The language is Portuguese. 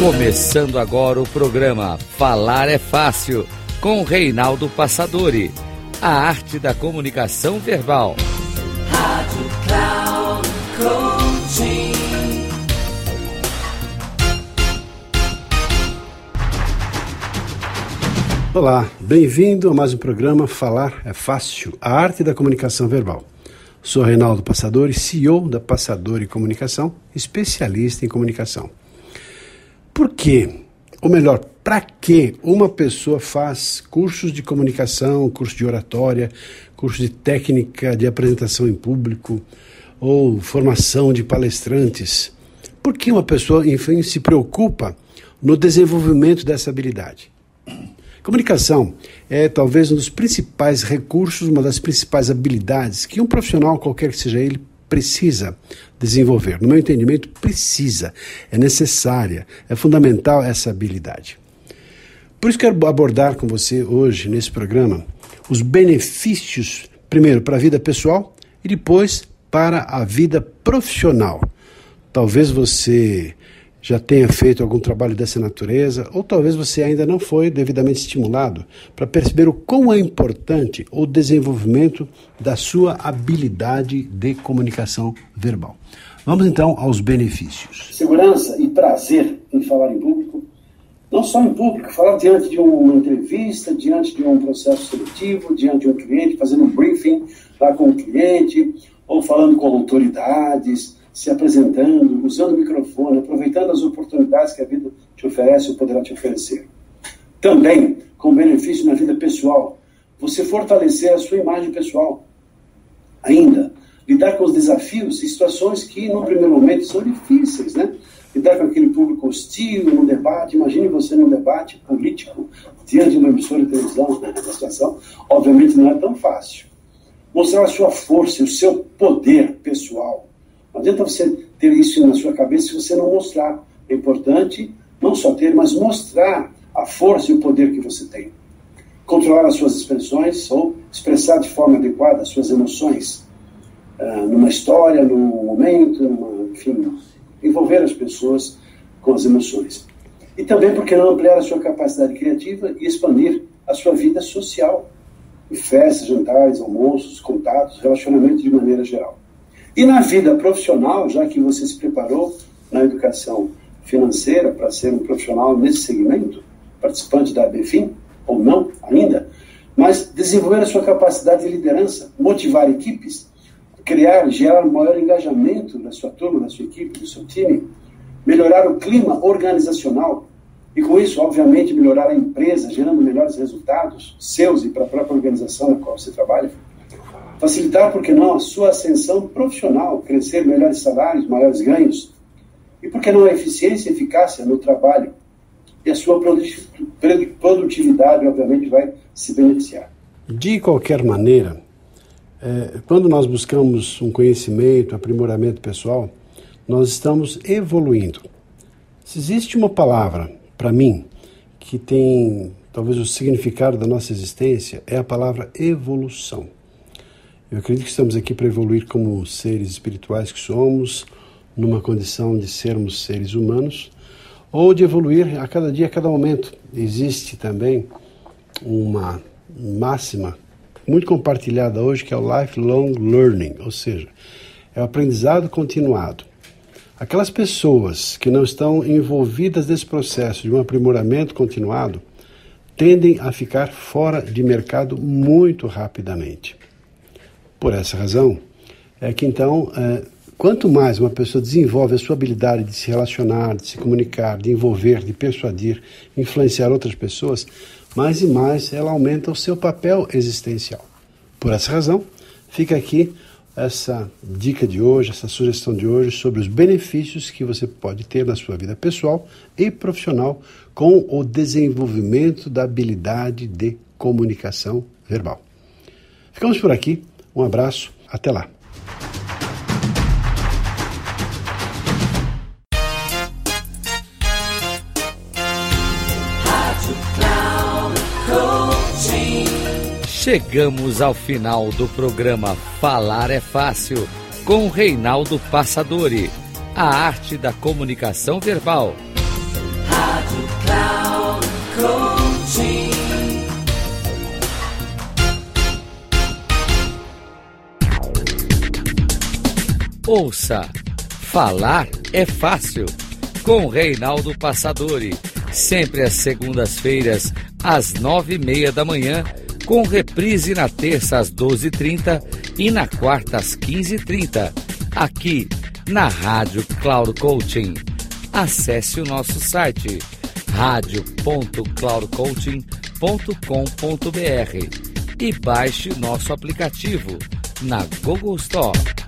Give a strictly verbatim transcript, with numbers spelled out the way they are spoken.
Começando agora o programa Falar é Fácil, com Reinaldo Passadori, a arte da comunicação verbal. Rádio Cloud Coaching. Olá, bem-vindo a mais um programa Falar é Fácil, a arte da comunicação verbal. Sou Reinaldo Passadori, C E O da Passadori Comunicação, especialista em comunicação. Por quê? Ou melhor, para que uma pessoa faz cursos de comunicação, curso de oratória, curso de técnica de apresentação em público ou formação de palestrantes? Por que uma pessoa, enfim, se preocupa no desenvolvimento dessa habilidade? Comunicação é talvez um dos principais recursos, uma das principais habilidades que um profissional, qualquer que seja ele, precisa desenvolver. No meu entendimento, precisa, é necessária, é fundamental essa habilidade. Por isso quero abordar com você hoje, nesse programa, os benefícios, primeiro, para a vida pessoal e depois para a vida profissional. Talvez você já tenha feito algum trabalho dessa natureza, ou talvez você ainda não foi devidamente estimulado para perceber o quão é importante o desenvolvimento da sua habilidade de comunicação verbal. Vamos então aos benefícios. Segurança e prazer em falar em público, não só em público, falar diante de uma entrevista, diante de um processo seletivo, diante de um cliente, fazendo um briefing lá com o cliente, ou falando com autoridades, se apresentando, usando o microfone, aproveitando as oportunidades que a vida te oferece ou poderá te oferecer. Também, com benefício na vida pessoal, você fortalecer a sua imagem pessoal. Ainda, lidar com os desafios e situações que, no primeiro momento, são difíceis, né? Lidar com aquele público hostil, num debate, imagine você num debate político, diante de uma emissora de televisão, né? Essa situação, obviamente não é tão fácil. Mostrar a sua força e o seu poder pessoal. Não adianta você ter isso na sua cabeça se você não mostrar. É importante não só ter, mas mostrar a força e o poder que você tem. Controlar as suas expressões ou expressar de forma adequada as suas emoções. Uh, numa história, num momento, numa, enfim, envolver as pessoas com as emoções. E também, por que não ampliar a sua capacidade criativa e expandir a sua vida social. Em festas, jantares, almoços, contatos, relacionamentos de maneira geral. E na vida profissional, já que você se preparou na educação financeira para ser um profissional nesse segmento, participante da ABFIM, ou não ainda, mas desenvolver a sua capacidade de liderança, motivar equipes, criar, gerar maior engajamento da sua turma, da sua equipe, do seu time, melhorar o clima organizacional e com isso, obviamente, melhorar a empresa, gerando melhores resultados seus e para a própria organização na qual você trabalha. Facilitar, por que não, a sua ascensão profissional, crescer melhores salários, maiores ganhos. E por que não a eficiência e eficácia no trabalho? E a sua produtividade, obviamente, vai se beneficiar. De qualquer maneira, é, quando nós buscamos um conhecimento, aprimoramento pessoal, nós estamos evoluindo. Se existe uma palavra, para mim, que tem talvez o significado da nossa existência, é a palavra evolução. Eu acredito que estamos aqui para evoluir como seres espirituais que somos, numa condição de sermos seres humanos, ou de evoluir a cada dia, a cada momento. Existe também uma máxima muito compartilhada hoje, que é o lifelong learning, ou seja, é o aprendizado continuado. Aquelas pessoas que não estão envolvidas nesse processo de um aprimoramento continuado tendem a ficar fora de mercado muito rapidamente. Por essa razão, é que então, é, quanto mais uma pessoa desenvolve a sua habilidade de se relacionar, de se comunicar, de envolver, de persuadir, influenciar outras pessoas, mais e mais ela aumenta o seu papel existencial. Por essa razão, fica aqui essa dica de hoje, essa sugestão de hoje sobre os benefícios que você pode ter na sua vida pessoal e profissional com o desenvolvimento da habilidade de comunicação verbal. Ficamos por aqui. Um abraço, até lá. Chegamos ao final do programa Falar é Fácil, com Reinaldo Passadori, a arte da comunicação verbal. Ouça Falar é Fácil, com Reinaldo Passadori, sempre às segundas-feiras, às nove e meia da manhã, com reprise na terça às doze e trinta e na quarta às quinze e trinta, aqui na Rádio Cloud Coaching. Acesse o nosso site rádio ponto cloud coaching ponto com ponto br e baixe nosso aplicativo na Google Store.